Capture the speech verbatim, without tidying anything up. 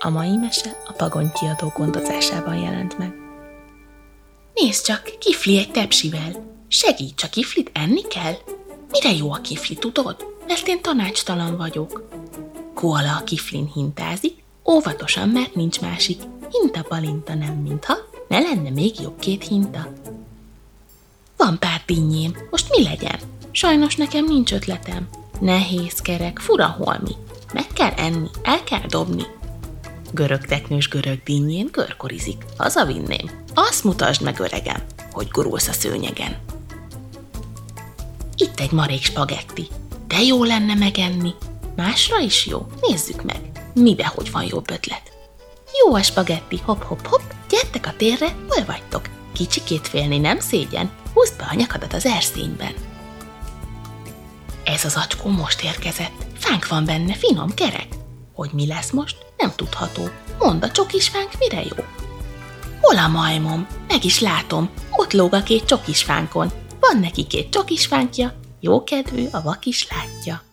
A mai mese a Pagony Kiadó gondozásában jelent meg. Nézd csak, kifli egy tepsivel. Segíts, a kiflit enni kell? Mire jó a kifli, tudod? Mert én tanácstalan vagyok. Koala a kiflin hintázik, óvatosan, mert nincs másik. Hinta-palinta nem mintha, ne lenne még jobb két hinta. Van pár dinnyém, most mi legyen? Sajnos nekem nincs ötletem. Nehéz, kerek, fura holmi. Meg kell enni, el kell dobni. Görög teknős görög dinnyén görkorizik. Hazavinném. Azt mutasd meg, öregem, hogy gurulsz a szőnyegen. Itt egy marék spagetti. De jó lenne megenni. Másra is jó. Nézzük meg. Mibe hogy van jobb ötlet. Jó a spagetti, hopp-hopp-hopp. Gyertek a térre, hol vagytok? Kicsikét félni nem szégyen. Húzd be a nyakadat az erszényben. Ez az acskó most érkezett. Fánk van benne, finom, kerek. Hogy mi lesz most, nem tudható. Mondd, a csokisfánk mire jó? Hol a majmom? Meg is látom. Ott lóg a két csokisfánkon. Van neki két csokisfánkja. Jókedvű, a vak is látja.